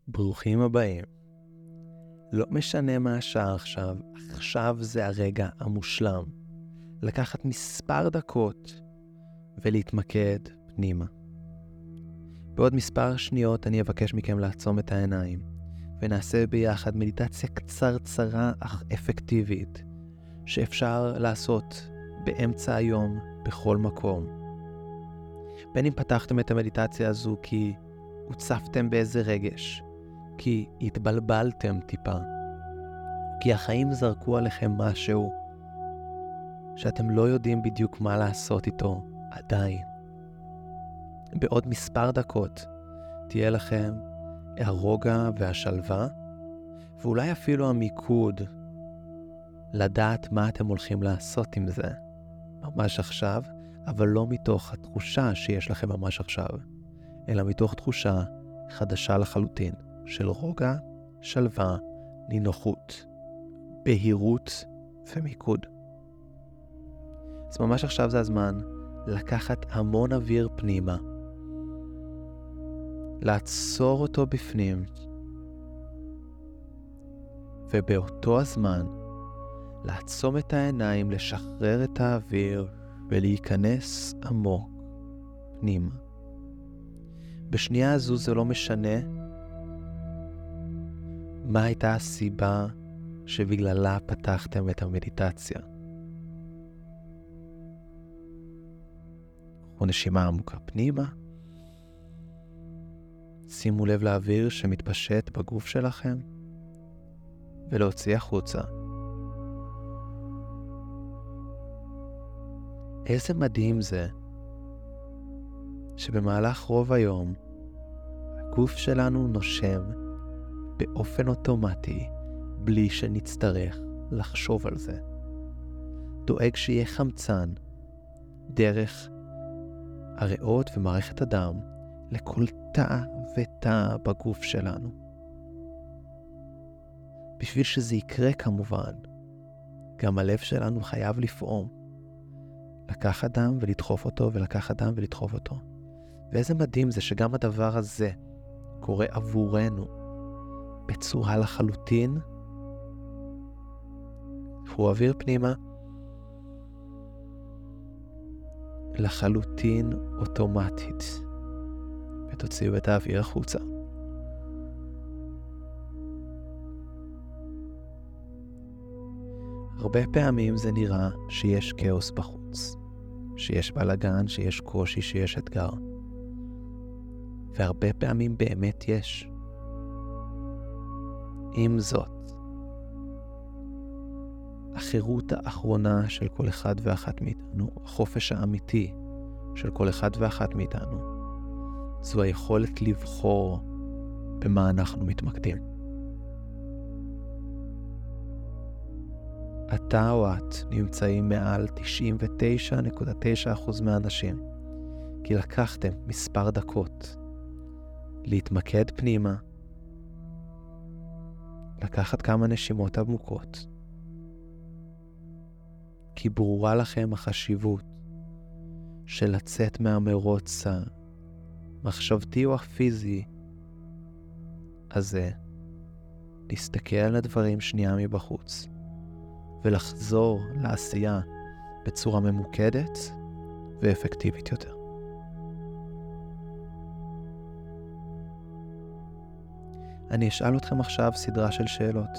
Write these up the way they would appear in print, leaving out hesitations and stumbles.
ברוכים הבאים. לא משנה מה השעה עכשיו זה הרגע המושלם. לקחת מספר דקות ולהתמקד פנימה. בעוד מספר שניות אני אבקש מכם לעצום את העיניים, ונעשה ביחד מדיטציה קצרצרה אך אפקטיבית, שאפשר לעשות באמצע היום בכל מקום. בין אם פתחתם את המדיטציה הזו כי הוצפתם באיזה רגש, כי התבלבלתם טיפה, כי החיים זרקו עליכם משהו שאתם לא יודעים בדיוק מה לעשות איתו עדיין. בעוד מספר דקות תהיה לכם הרוגע והשלווה, ואולי אפילו המיקוד לדעת מה אתם הולכים לעשות עם זה ממש עכשיו, אבל לא מתוך התחושה שיש לכם ממש עכשיו, אלא מתוך תחושה חדשה לחלוטין של רוגע, שלווה, נינוחות, בהירות ומיקוד. אז ממש עכשיו זה הזמן לקחת המון אוויר פנימה, לעצור אותו בפנים, ובאותו הזמן לעצום את העיניים, לשחרר את האוויר ולהיכנס עמוק פנימה. בשנייה הזו זה לא משנה מה הייתה הסיבה שבגללה פתחתם את המדיטציה. קחו נשימה עמוקה פנימה. שימו לב לאוויר שמתפשט בגוף שלכם, ולהוציא החוצה. איזה מדהים זה שבמהלך רוב היום הגוף שלנו נושם באופן אוטומטי, בלי שנצטרך לחשוב על זה. דואג שיהיה חמצן דרך הריאות ומערכת הדם לכל תא ותא בגוף שלנו. בשביל שזה יקרה כמובן, גם הלב שלנו חייב לפעום. לקחת דם ולדחוף אותו, ולקחת דם ולדחוף אותו. ואיזה מדהים זה שגם הדבר הזה קורה עבורנו בצורה לחלוטין. קחו אוויר פנימה. לחלוטין אוטומטית. ותוציאו את האוויר החוצה. הרבה פעמים זה נראה שיש כאוס בחוץ, שיש בלגן, שיש קושי, שיש אתגר. והרבה פעמים באמת יש. עם זאת, החירות האחרונה של כל אחד ואחת מאיתנו, החופש האמיתי של כל אחד ואחת מאיתנו, זו היכולת לבחור במה אנחנו מתמקדים. אתה או את נמצאים מעל 99.9% מהאנשים, כי לקחתם מספר דקות להתמקד פנימה, לקחת כמה נשימות עמוקות, כי ברורה לכם החשיבות של לצאת מהמרוץ המחשבתי או הפיזי הזה, להסתכל על הדברים שנייה מבחוץ, ולחזור לעשייה בצורה ממוקדת ואפקטיבית יותר. אני אשאל אתכם עכשיו סדרה של שאלות.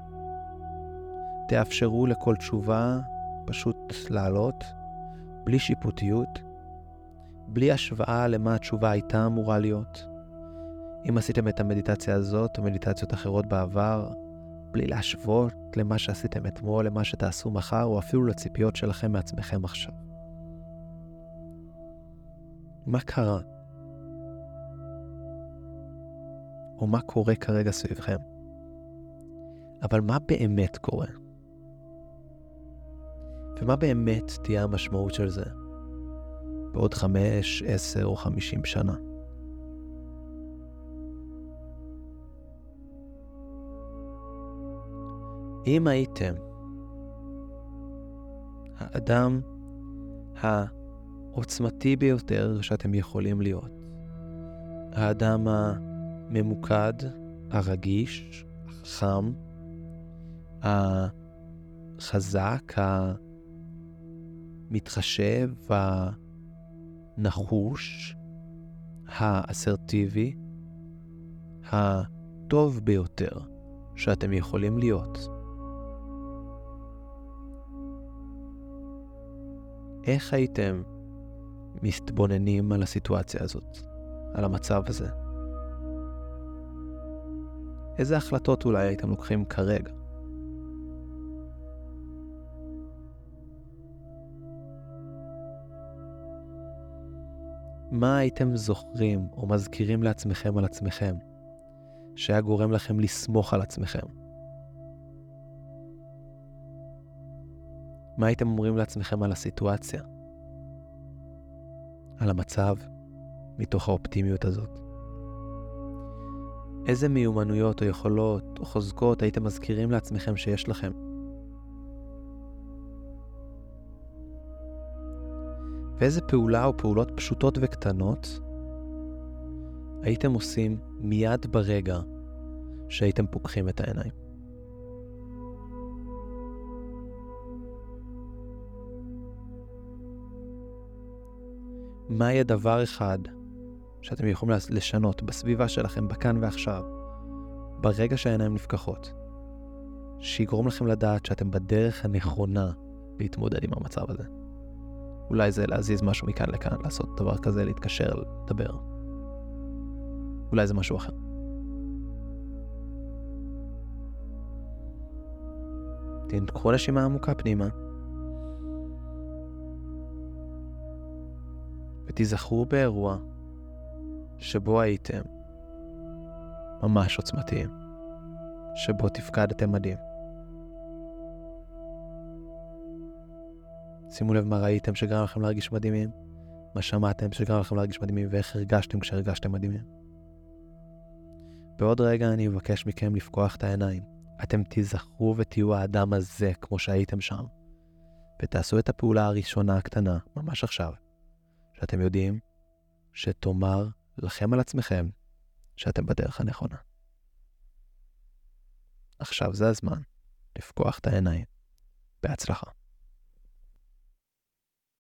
תאפשרו לכל תשובה פשוט לעלות, בלי שיפוטיות, בלי השוואה למה התשובה הייתה אמורה להיות. אם עשיתם את המדיטציה הזאת או מדיטציות אחרות בעבר, בלי להשוות למה שעשיתם אתמול, למה שתעשו מחר, או אפילו לציפיות שלכם מעצמכם עכשיו. מה קרה? או מה קורה כרגע סביבכם? אבל מה באמת קורה? ומה באמת תהיה המשמעות של זה? בעוד 5, 10 או 50 שנה. אם הייתם האדם העוצמתי ביותר שאתם יכולים להיות, האדם הממוקד, הרגיש, החכם, החזק, המתחשב, הנחוש, האסרטיבי, הטוב ביותר שאתם יכולים להיות. איך הייתם מתבוננים על הסיטואציה הזאת, על המצב הזה? איזה החלטות אולי הייתם לוקחים כרגע? מה הייתם זוכרים או מזכירים לעצמכם על עצמכם, שהיה גורם לכם לסמוך על עצמכם? מה הייתם אומרים לעצמכם על הסיטואציה? על המצב, מתוך האופטימיות הזאת? איזה מיומנויות או יכולות או חוזקות הייתם מזכירים לעצמכם שיש לכם? ואיזה פעולה או פעולות פשוטות וקטנות הייתם עושים מיד ברגע שהייתם פוקחים את העיניים? מה יהיה דבר אחד שאתם יכולים לשנות בסביבה שלכם, בכאן ועכשיו, ברגע שהעיניים נפקחות, שיגרום לכם לדעת שאתם בדרך הנכונה להתמודד עם המצב הזה? אולי זה להזיז משהו מכאן לכאן, לעשות דבר כזה, להתקשר, לדבר. אולי זה משהו אחר. תנקחו נשימה עמוקה פנימה, ותיזכרו באירוע שבו הייתם ממש עוצמתיים, שבו תפקדתם מדהים. שימו לב מה ראיתם שגרם לכם להרגיש מדהימים, מה שמעתם שגרם לכם להרגיש מדהימים, ואיך הרגשתם כשהרגשתם מדהימים. בעוד רגע אני אבקש מכם לפקוח את העיניים. אתם תיזכרו ותהיו האדם הזה כמו שהייתם שם, ותעשו את הפעולה הראשונה הקטנה, ממש עכשיו, שאתם יודעים שתאמר לכם על עצמכם שאתם בדרך הנכונה. עכשיו זה הזמן לפקוח את העיניים. בהצלחה.